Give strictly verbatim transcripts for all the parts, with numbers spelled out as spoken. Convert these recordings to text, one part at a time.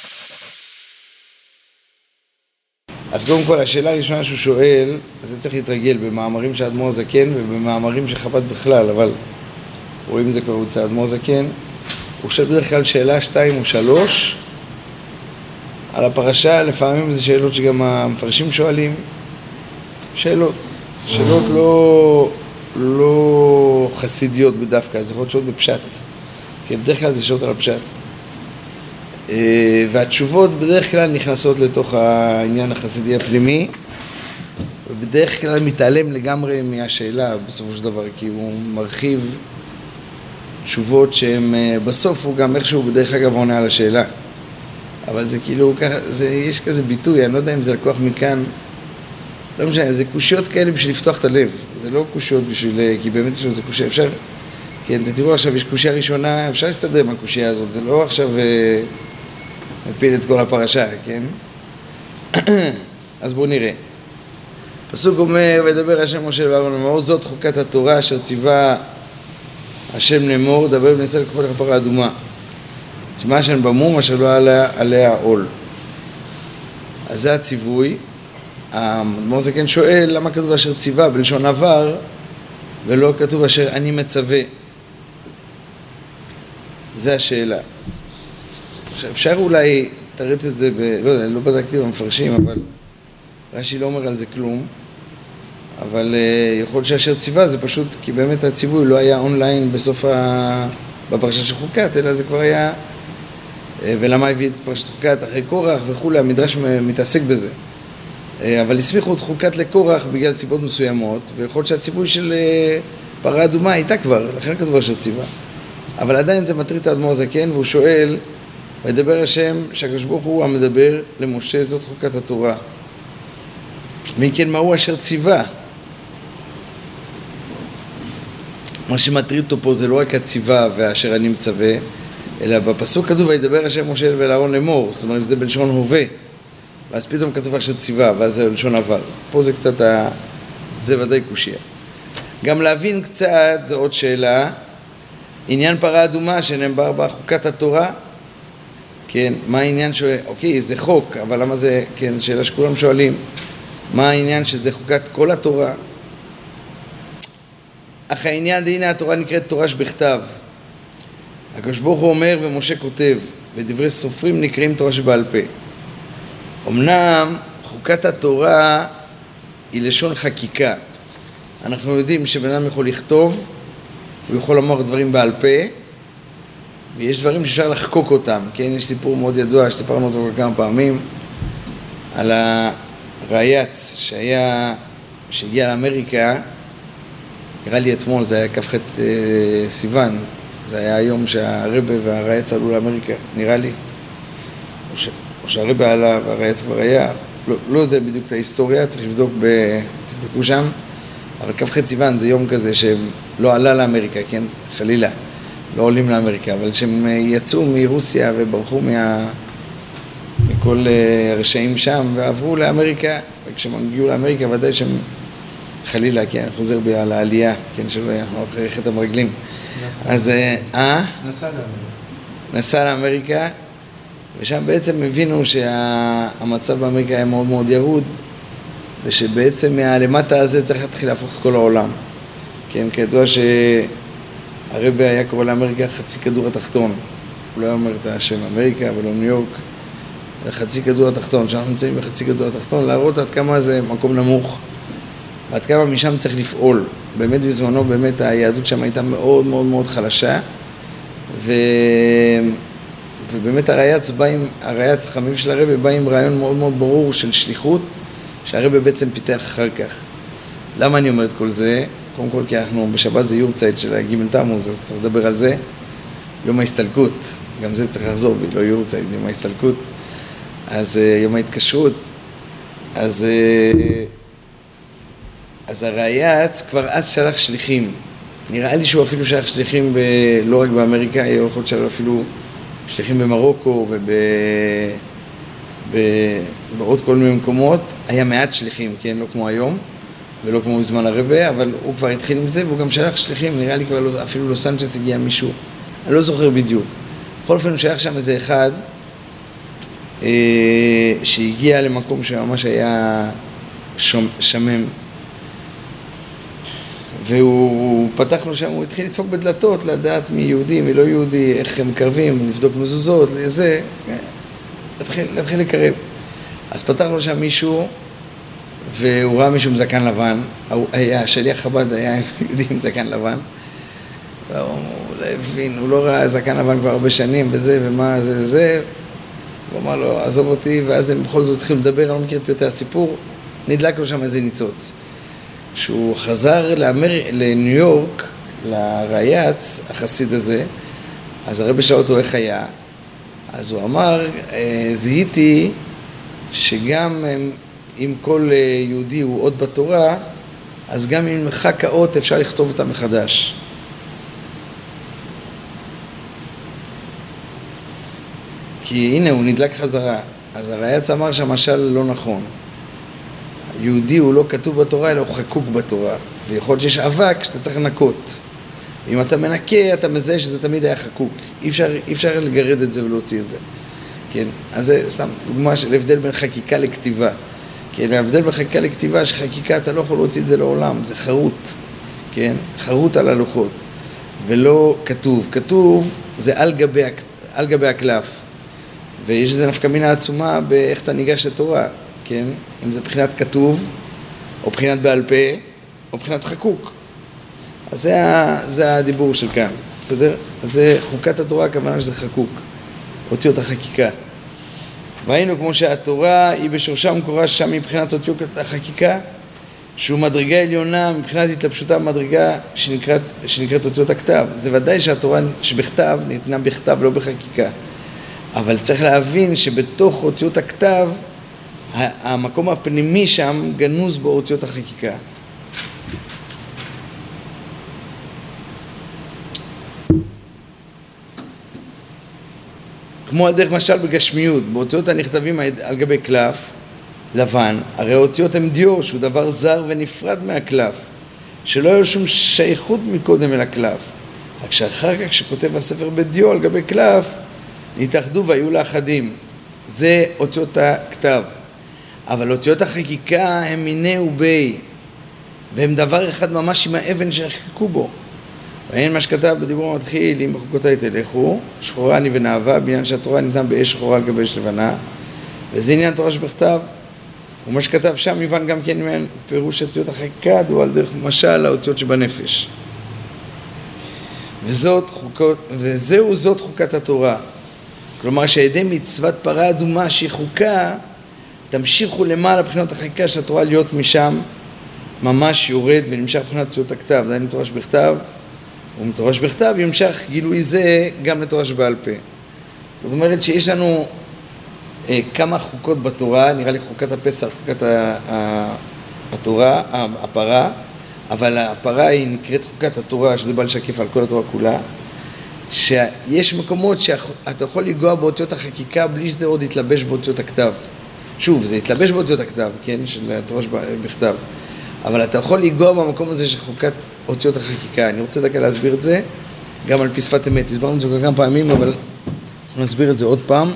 אז קודם כל, השאלה הראשונה שהוא שואל, זה צריך להתרגל במאמרים של אדמו"ר זקן ובמאמרים של חב"ד בכלל, אבל רואים את זה כבר אצל אדמו"ר זקן. הוא שואל בדרך כלל שאלה שתיים או שלוש על הפרשה, לפעמים זה שאלות שגם המפרשים שואלים. שאלות, שאלות לא, לא חסידיות בדווקא, זה יכול להיות שאלות בפשט. כי בדרך כלל זה שאלות על הפשט. והתשובות בדרך כלל נכנסות לתוך העניין החסידי הפנימי, ובדרך כלל מתעלם לגמרי מהשאלה בסופו של דבר, כי הוא מרחיב תשובות שהן בסוף הוא גם איכשהו בדרך אגב עונה על השאלה. אבל זה כאילו ככה, זה, יש כזה ביטוי, אני לא יודע אם זה לקוח מכאן, לא משנה, זה קושיות כאלה בשביל לפתוח את הלב, זה לא קושיות בשביל, כי באמת יש לו זה קושיה, אפשר, כן, תראו עכשיו, יש קושיה ראשונה, אפשר להסתדר עם הקושיה הזאת, זה לא עכשיו מפיל את כל הפרשה, כן? אז בואו נראה. פסוק אומר, וידבר השם משה ואהרון לאמור, זאת חוקת התורה אשר ציווה השם לאמור, דבר בני ישראל ככל הפרה האדומה. תשמע השם במום אשר לא עליה, עליה עול. אז זה הציווי. האדמו"ר זקן שואל, למה כתוב אשר ציווה בלשון עבר, ולא כתוב אשר אני מצווה? זה השאלה. אפשר אולי, תראה את זה, ב... לא יודע, לא בדקתי במפרשים, אבל רש"י לא אומר על זה כלום, אבל uh, יכול להיות שאשר ציווה זה פשוט, כי באמת הציווי לא היה אונליין בסוף ה... בפרשה של חוקת, אלא זה כבר היה, uh, ולמה הביא את פרשת חוקת אחרי קורח וכולי, המדרש מתעסק בזה. Uh, אבל הסמיכו את חוקת לקורח בגלל סיבות מסוימות, ויכול להיות שהציווי של uh, פרה אדומה הייתה כבר, לכן כתוב אשר ציווה. אבל עדיין זה מטריד את האדמו"ר זקן, והוא שואל, וידבר השם שהקדוש ברוך הוא המדבר למשה, זאת חוקת התורה. מכן מהו אשר ציווה? מה שמטריד אותו פה זה לא רק הציווה והאשר אני מצווה, אלא בפסוק כתוב וידבר השם משה ואל אהרון לאמור, זאת אומרת זה בלשון הווה, ואז פתאום כתוב אשר ציווה, ואז זה בלשון עבר. פה זה קצת, ה... זה ודאי קושיה. גם להבין קצת, זו עוד שאלה, עניין פרה אדומה שנאמר בה חוקת התורה, כן, מה העניין שואל, אוקיי, זה חוק, אבל למה זה, כן, שאלה שכולם שואלים, מה העניין שזה חוקת כל התורה? אך העניין, הנה התורה נקראת תורה שבכתב. הקדוש ברוך הוא אומר ומשה כותב, ודברי סופרים נקראים תורה שבעל פה. אמנם חוקת התורה היא לשון חקיקה. אנחנו יודעים שבן אדם יכול לכתוב, הוא יכול לומר דברים בעל פה, ויש דברים שאפשר לחקוק אותם, כן? יש סיפור מאוד ידוע שסיפרנו אותו כמה פעמים על הרייץ שהיה, שהגיע לאמריקה, נראה לי אתמול, זה היה כ"ח סיוון, זה היה היום שהרבא והרייץ עלו לאמריקה, נראה לי, או, ש... או שהרבא עלה והרייץ כבר היה, לא, לא יודע בדיוק את ההיסטוריה, צריך לבדוק, ב... תבדקו שם, אבל כ"ח סיוון זה יום כזה שלא עלה לאמריקה, כן? חלילה. לא עולים לאמריקה, אבל כשהם יצאו מרוסיה וברחו מה... מכל הרשעים שם ועברו לאמריקה, וכשהם הגיעו לאמריקה ודאי שהם חלילה, כן, חוזר בי על העלייה, כן, שלא אנחנו אחרי חטא המרגלים. אז, אה? נסע לאמריקה. נסע לאמריקה, ושם בעצם הבינו שהמצב באמריקה היה מאוד מאוד ירוד, ושבעצם מהלמטה הזה צריך להתחיל להפוך את כל העולם. כן, כידוע ש... הרבי היה קורא לאמריקה חצי כדור התחתון. הוא לא אומר את השם אמריקה ולא ניו יורק, אלא חצי כדור התחתון. שאנחנו נמצאים בחצי כדור התחתון, להראות עד כמה זה מקום נמוך, ועד כמה משם צריך לפעול. באמת בזמנו, באמת היהדות שם הייתה מאוד מאוד מאוד חלשה, ו... ובאמת הרייץ בא עם, הרייץ חמיב של הרבי בא עם רעיון מאוד מאוד ברור של שליחות, שהרבי בעצם פיתח אחר כך. למה אני אומר את כל זה? קודם כל כי אנחנו בשבת זה יורצייט של גימל תמוז, אז צריך לדבר על זה. יום ההסתלקות, גם זה צריך לחזור בי, לא יורצייט, יום ההסתלקות. אז יום ההתקשרות, אז, אז הרייץ כבר אז שלח שליחים. נראה לי שהוא אפילו שלח שליחים ב, לא רק באמריקה, יכול להיות שלח אפילו שליחים במרוקו ובעוד כל מיני מקומות. היה מעט שליחים, כן, לא כמו היום. ולא כמו בזמן הרבה, אבל הוא כבר התחיל עם זה, והוא גם שלח שליחים, נראה לי כבר לא, אפילו לוס אנג'לס הגיע מישהו, אני לא זוכר בדיוק. בכל אופן הוא שלח שם איזה אחד, שהגיע למקום שממש היה שמם, והוא פתח לו שם, הוא התחיל לדפוק בדלתות, לדעת מי יהודי, מי לא יהודי, איך הם מקרבים, לבדוק מזוזות, לזה, להתחיל, להתחיל לקרב. אז פתח לו שם מישהו, והוא ראה מישהו עם זקן לבן, היה, שליח חב"ד היה יהודי עם זקן לבן, והוא לא הבין, הוא לא ראה זקן לבן כבר הרבה שנים, וזה, ומה זה, זה, הוא אמר לו, עזוב אותי, ואז הם בכל זאת התחילו לדבר, אני לא מכיר את פרטי הסיפור, נדלק לו שם איזה ניצוץ. כשהוא חזר לאמר... לניו יורק, לרייץ, החסיד הזה, אז הרבי שאל אותו איך היה, אז הוא אמר, זיהיתי שגם אם כל יהודי הוא אות בתורה, אז גם אם מחק האות אפשר לכתוב אותה מחדש. כי הנה הוא נדלק חזרה, אז הרייץ אמר שהמשל לא נכון. יהודי הוא לא כתוב בתורה, אלא הוא חקוק בתורה. ויכול להיות שיש אבק שאתה צריך לנקות. אם אתה מנקה, אתה מזהה שזה תמיד היה חקוק. אי אפשר, אי אפשר לגרד את זה ולהוציא את זה. כן? אז זה סתם דוגמה של הבדל בין חקיקה לכתיבה. כן? ההבדל בין חקיקה לכתיבה, שחקיקה אתה לא יכול להוציא את זה לעולם. זה חרוט. כן? חרוט על הלוחות. ולא כתוב. כתוב זה על גבי, על גבי הקלף. ויש איזה נפקא מינה עצומה באיך אתה ניגש לתורה. כן? אם זה בחינת כתוב, או בחינת בעל פה, או בחינת חקוק. אז זה, זה הדיבור של כאן, בסדר? אז זה חוקת התורה, הכוונה שזה חקוק, אותיות החקיקה. והיינו כמו שהתורה היא בשורשה מקורה שם מבחינת אותיות החקיקה, שהוא מדרגה עליונה מבחינת התלבשותה במדרגה שנקראת, שנקראת אותיות הכתב. זה ודאי שהתורה שבכתב ניתנה בכתב, לא בחקיקה. אבל צריך להבין שבתוך אותיות הכתב, המקום הפנימי שם גנוז באותיות החקיקה. כמו על דרך משל בגשמיות, באותיות הנכתבים על גבי קלף לבן, הרי האותיות הם דיו, שהוא דבר זר ונפרד מהקלף, שלא היה לו שום שייכות מקודם אל הקלף. רק שאחר כך כשכותב הספר בדיו על גבי קלף, נתאחדו והיו לאחדים. זה אותיות הכתב. אבל אותיות החקיקה הם מיני ובי, והם דבר אחד ממש עם האבן שחקקו בו. ואין מה שכתב בדיבור המתחיל, אם בחוקותיי תלכו, שחורה אני ונאווה, בעניין שהתורה ניתנה באש שחורה על גבי אש לבנה, וזה עניין תורה שבכתב. ומה שכתב שם יובן גם כן פירוש אותיות החקיקה, הוא על דרך משל האותיות שבנפש. וזאת חוקות, וזהו זאת חוקת התורה. כלומר שהידי מצוות פרה אדומה שהיא חוקה, תמשיכו למעלה בחינות החקיקה של התורה להיות משם ממש יורד ונמשך בחינת אותיות הכתב. זה היה מתורה שבכתב, ומתורה שבכתב ימשך גילוי זה גם לתורה שבעל פה. זאת אומרת שיש לנו אה, כמה חוקות בתורה, נראה לי חוקת הפסח, חוקת התורה, הפרה, אבל הפרה היא נקראת חוקת התורה, שזה בא לשקף על כל התורה כולה, שיש מקומות שאתה יכול לגוע באותיות החקיקה בלי שזה עוד יתלבש באותיות הכתב. שוב, זה יתלבש באותיות הכתב, כן, של התורה שבכתב. אבל אתה יכול לגוע במקום הזה של חוקת אותיות החקיקה. אני רוצה דקה להסביר את זה, גם על פי שפת אמת. הסברנו את זה כמה פעמים, אבל נסביר את זה עוד פעם.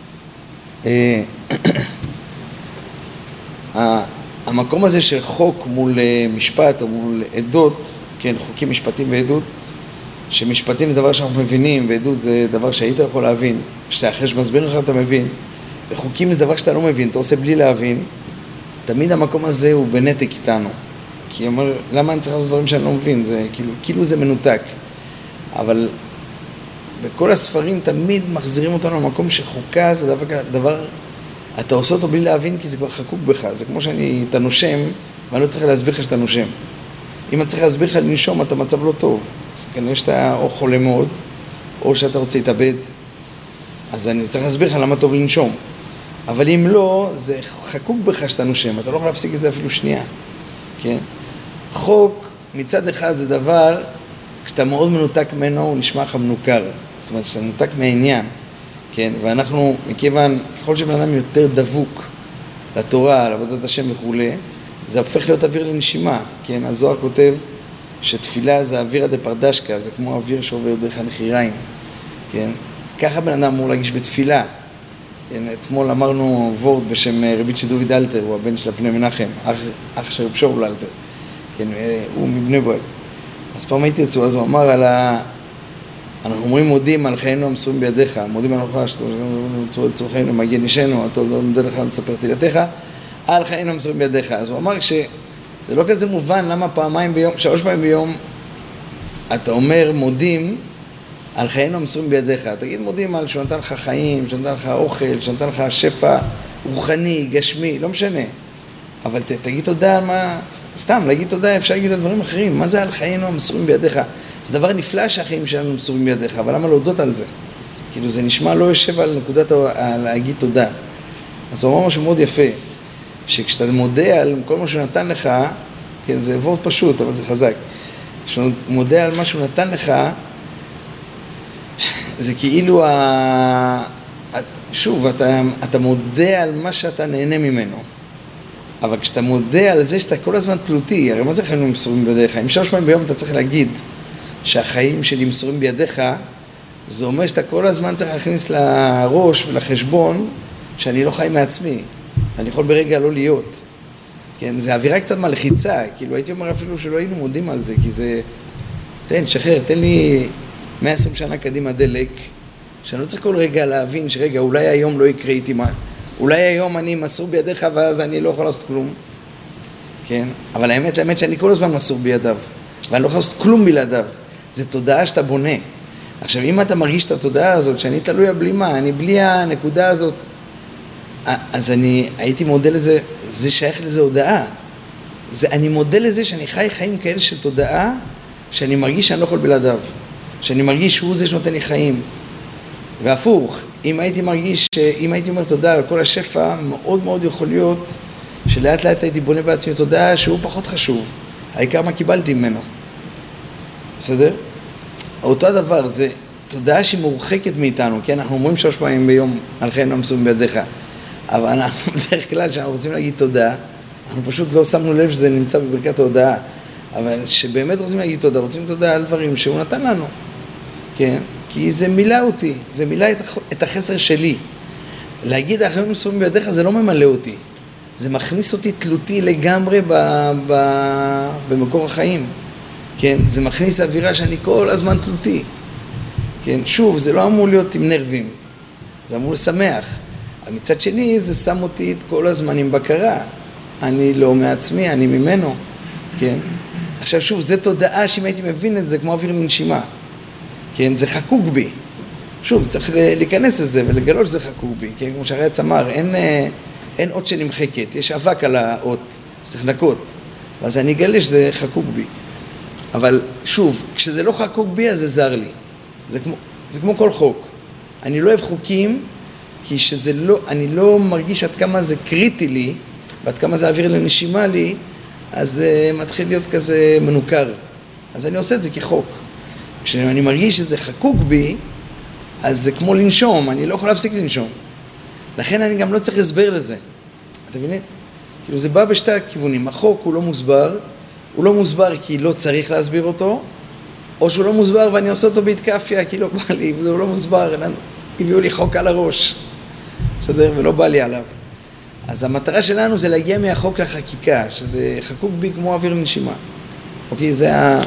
המקום הזה של חוק מול משפט או מול עדות, כן, חוקים, משפטים ועדות, שמשפטים זה דבר שאנחנו מבינים, ועדות זה דבר שהיית יכול להבין, שאחרי שמסביר לך אתה מבין, וחוקים זה דבר שאתה לא מבין, אתה עושה בלי להבין, תמיד המקום הזה הוא בנתק איתנו. כי אומר, למה אני צריך לעשות דברים שאני לא מבין? זה כאילו, כאילו זה מנותק. אבל בכל הספרים תמיד מחזירים אותנו למקום שחוקה זה דבר, דבר, אתה עושה אותו בלי להבין כי זה כבר חקוק בך. זה כמו שאני, אתה נושם, ואני לא צריך להסביר לך שאתה נושם. אם אני צריך להסביר לך לנשום, אתה מצב לא טוב. כנראה שאתה או חולה מאוד, או שאתה רוצה להתאבד. אז אני צריך להסביר לך למה טוב לנשום. אבל אם לא, זה חקוק בך שאתה נושם, אתה לא יכול להפסיק את זה אפילו שנייה. כן? חוק מצד אחד זה דבר, כשאתה מאוד מנותק ממנו, הוא נשמע לך מנוכר. זאת אומרת, כשאתה מנותק מהעניין. כן? ואנחנו, מכיוון, ככל שבן אדם יותר דבוק לתורה, לעבודת השם וכו', זה הופך להיות אוויר לנשימה. כן? הזוהר כותב שתפילה זה אווירא דפרדשקה, זה כמו אוויר שעובר דרך הנחיריים. כן? ככה בן אדם אמור להגיש בתפילה. כן, אתמול אמרנו וורד בשם רבי צ'דוביד אלתר, הוא הבן של הפני מנחם, אח, אח של רב שאול אלתר, כן, הוא מבני ברק. אז פעם הייתי אצלו, אז הוא אמר על ה... אנחנו אומרים מודים על חיינו המסורים בידיך, מודים על נוחה, צורכנו, מגן אישנו, אתה לא נודה לך לספר תהילתך, על חיינו המסורים בידיך. אז הוא אמר שזה לא כזה מובן למה פעמיים ביום, שלוש פעמים ביום, אתה אומר מודים על חיינו המסורים בידיך. תגיד מודים על שנתן לך חיים, שנתן לך אוכל, שנתן לך שפע רוחני, גשמי, לא משנה. אבל ת, תגיד תודה על מה... סתם, להגיד תודה, אפשר להגיד על דברים אחרים. מה זה על חיינו המסורים בידיך? זה דבר נפלא שהחיים שלנו מסורים בידיך, אבל למה להודות על זה? כאילו זה נשמע לא יושב על נקודת ה... להגיד תודה. אז הוא אמר משהו מאוד יפה, שכשאתה מודה על כל מה שהוא נתן לך, כן, זה וורד פשוט, אבל זה חזק. כשאתה מודה על מה שהוא נתן לך, זה כאילו, ה... שוב, אתה, אתה מודה על מה שאתה נהנה ממנו. אבל כשאתה מודה על זה שאתה כל הזמן תלותי, הרי מה זה חיים מסורים בידיך? אם שלוש פעמים ביום אתה צריך להגיד שהחיים שלי מסורים בידיך, זה אומר שאתה כל הזמן צריך להכניס לראש ולחשבון שאני לא חי מעצמי. אני יכול ברגע לא להיות. כן, זה אווירה קצת מלחיצה, כאילו הייתי אומר אפילו שלא היינו מודים על זה, כי זה, תן, שחרר, תן לי מאה ועשרים שנה קדימה דלק, שאני לא צריך כל רגע להבין שרגע, אולי היום לא יקרה איתי מה, אולי היום אני מסור בידיך ואז אני לא יכול לעשות כלום, כן? אבל האמת, האמת שאני כל הזמן מסור בידיו, ואני לא יכול לעשות כלום בלעדיו. זה תודעה שאתה בונה. עכשיו, אם אתה מרגיש את התודעה הזאת, שאני תלוי הבלימה, אני בלי הנקודה הזאת, אז אני הייתי מודה לזה, זה שייך לזה הודעה. זה, אני מודה לזה שאני חי חיים כאלה של תודעה, שאני מרגיש שאני לא יכול בלעדיו. שאני מרגיש שהוא זה שנותן לי חיים. והפוך, אם הייתי מרגיש, אם הייתי אומר תודה על כל השפע, מאוד מאוד יכול להיות שלאט לאט הייתי בונה בעצמי תודעה שהוא פחות חשוב. העיקר מה קיבלתי ממנו. בסדר? אותו הדבר, זה תודעה שהיא מורחקת מאיתנו, כי אנחנו אומרים שלוש פעמים ביום על חיינו המסורים בידיך. אבל אנחנו בדרך כלל שאנחנו רוצים להגיד תודה, אנחנו פשוט לא שמנו לב שזה נמצא בברכת ההודעה. אבל שבאמת רוצים להגיד תודה, רוצים תודה על דברים שהוא נתן לנו. כן? כי זה מילא אותי, זה מילא את החסר שלי. להגיד החיים המסורים בידיך זה לא ממלא אותי. זה מכניס אותי תלותי לגמרי ב, ב, במקור החיים. כן? זה מכניס אווירה שאני כל הזמן תלותי. כן? שוב, זה לא אמור להיות עם נרבים. זה אמור לשמח. מצד שני, זה שם אותי כל הזמן עם בקרה. אני לא מעצמי, אני ממנו. כן? עכשיו שוב, זה תודעה שאם הייתי מבין את זה כמו אוויר לנשימה. כן? זה חקוק בי. שוב, צריך להיכנס לזה ולגלות שזה חקוק בי. כן? כמו שהרייץ אמר, אין, אין אות שנמחקת. יש אבק על האות, צריך לנקות. ואז אני אגלה שזה חקוק בי. אבל שוב, כשזה לא חקוק בי, אז זה זר לי. זה כמו, זה כמו כל חוק. אני לא אוהב חוקים, כי שזה לא, אני לא מרגיש עד כמה זה קריטי לי, ועד כמה זה אוויר לנשימה לי, אז זה מתחיל להיות כזה מנוכר. אז אני עושה את זה כחוק. כשאני מרגיש שזה חקוק בי, אז זה כמו לנשום, אני לא יכול להפסיק לנשום. לכן אני גם לא צריך הסבר לזה. אתה מבין? כאילו זה בא בשתי הכיוונים. החוק הוא לא מוסבר, הוא לא מוסבר כי לא צריך להסביר אותו, או שהוא לא מוסבר ואני עושה אותו בהתקפיה, כי לא בא לי, וזה לא מוסבר, הביאו לי חוק על הראש. בסדר? ולא בא לי עליו. אז המטרה שלנו זה להגיע מהחוק לחקיקה, שזה חקוק בי כמו אוויר לנשימה. אוקיי, זה ה...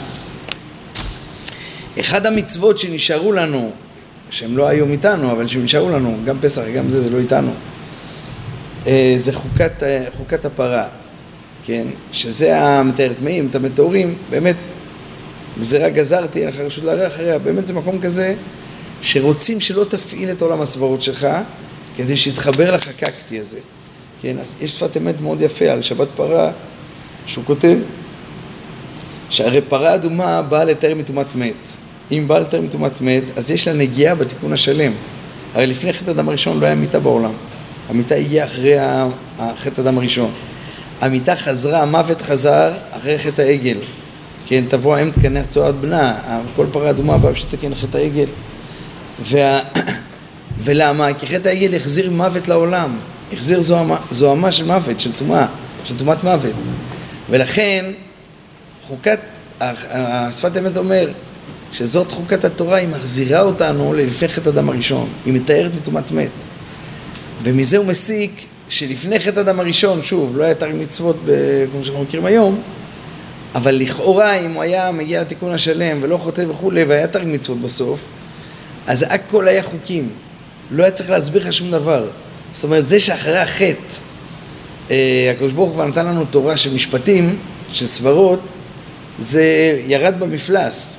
אחד המצוות שנשארו לנו, שהם לא היום איתנו, אבל שנשארו לנו, גם פסח, גם זה, זה לא איתנו, זה חוקת, חוקת הפרה, כן? שזה המתאר טמאים, את המתאורים, באמת, גזירה גזרתי, אין לך רשות להראה אחריה, באמת זה מקום כזה, שרוצים שלא תפעיל את עולם הסברות שלך, כדי שיתחבר לחקקתי הזה. כן, אז יש שפת אמת מאוד יפה על שבת פרה, שהוא כותב, שהרי פרה אדומה באה לתאר מטומאת מת. אם באה לתאר מטומאת מת, אז יש לה נגיעה בתיקון השלם. הרי לפני חטא אדם הראשון לא היה מיטה בעולם. המיטה הגיעה אחרי חטא אדם הראשון. המיטה חזרה, המוות חזר אחרי חטא העגל. כן, תבוא האם תקנח צואת בנה, כל פרה אדומה באה שתקן חטא העגל. וה... ולמה? כי חטא העגל החזיר מוות לעולם. החזיר זוהמה, זוהמה של מוות, של טומאה, של טומאת מוות. ולכן, חוקת, השפת אמת אומר, שזאת חוקת התורה, היא מחזירה אותנו ללפני חטא אדם הראשון. היא מתארת מטומאת מת. ומזה הוא מסיק שלפני חטא אדם הראשון, שוב, לא היה תרי"ג מצוות כמו שאנחנו מכירים היום, אבל לכאורה אם הוא היה מגיע לתיקון השלם ולא חוטא וכולי, והיה תרי"ג מצוות בסוף, אז הכל היה חוקים, לא היה צריך להסביר לך שום דבר. זאת אומרת, זה שאחרי החטא, הקדוש ברוך הוא כבר נתן לנו תורה של משפטים, של סברות, זה ירד במפלס,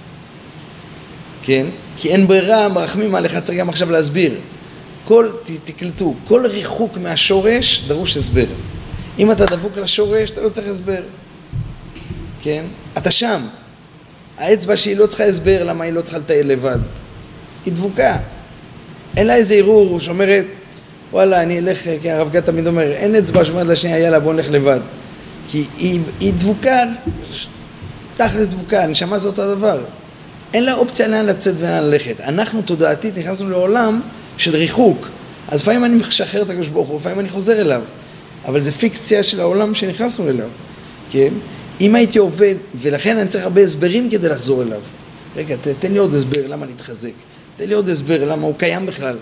כן? כי אין ברירה, מרחמים עליך, צריך גם עכשיו להסביר. כל, תקלטו, כל ריחוק מהשורש דרוש הסבר. אם אתה דבוק לשורש, אתה לא צריך הסבר, כן? אתה שם. האצבע שהיא לא צריכה הסבר, למה היא לא צריכה לטייל לבד? היא דבוקה. אין לה איזה ערעור שאומרת, וואלה, אני אלך, כי הרב גד תמיד אומר, אין אצבע שאומרת לשנייה, יאללה, בוא נלך לבד. כי היא, היא דבוקה, תכלס דבוקה, הנשמה זה אותו דבר. אין לה אופציה לאן לצאת ולאן ללכת. אנחנו תודעתית נכנסנו לעולם של ריחוק. אז לפעמים אני משחרר את הקדוש ברוך הוא, לפעמים אני חוזר אליו. אבל זה פיקציה של העולם שנכנסנו אליו. כן? אם הייתי עובד, ולכן אני צריך הרבה הסברים כדי לחזור אליו. רגע, תן לי עוד הסבר למה להתחזק. תן לי עוד הסבר למה הוא קיים בכלל.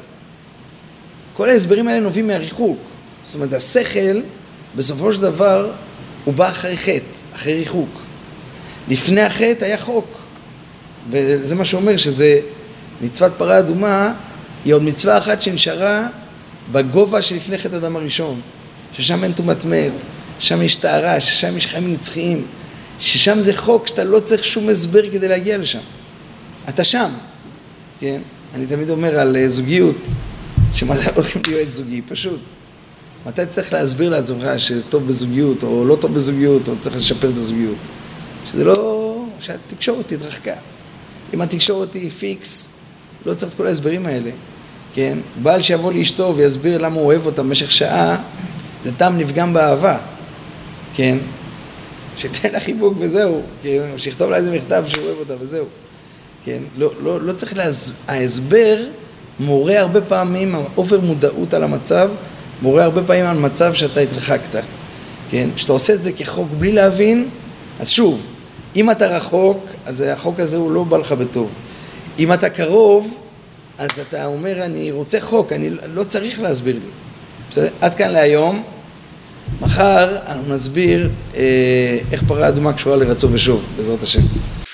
כל ההסברים האלה נובעים מהריחוק. זאת אומרת, השכל, בסופו של דבר, הוא בא אחרי חטא, אחרי ריחוק. לפני החטא היה חוק. וזה מה שאומר שזה מצוות פרה אדומה, היא עוד מצווה אחת שנשארה בגובה שלפני חטא אדם הראשון. ששם אין טומאת מת, שם יש טהרה, ששם יש חיים נצחיים, ששם זה חוק שאתה לא צריך שום הסבר כדי להגיע לשם. אתה שם, כן? אני תמיד אומר על זוגיות, שמתי הולכים להיות זוגי, פשוט. מתי צריך להסביר לעצמך שטוב בזוגיות, או לא טוב בזוגיות, או צריך לשפר את הזוגיות. שזה לא, שהתקשורת תתרחקה. אם התקשורת היא פיקס, לא צריך את כל ההסברים האלה, כן? בעל שיבוא לאשתו ויסביר למה הוא אוהב אותה במשך שעה, זה טעם נפגם באהבה, כן? שתן לה חיבוק וזהו, כן? שיכתוב לה איזה מכתב שהוא אוהב אותה וזהו, כן? לא, לא, לא צריך להס... ההסבר מורה הרבה פעמים, אובר מודעות על המצב, מורה הרבה פעמים על מצב שאתה התרחקת, כן? כשאתה עושה את זה כחוק בלי להבין, אז שוב, אם אתה רחוק, אז החוק הזה הוא לא בא לך בטוב. אם אתה קרוב, אז אתה אומר, אני רוצה חוק, אני לא צריך להסביר לי. בסדר? עד כאן להיום. מחר אנחנו נסביר אה, איך פרה אדומה קשורה לרצו ושוב, בעזרת השם.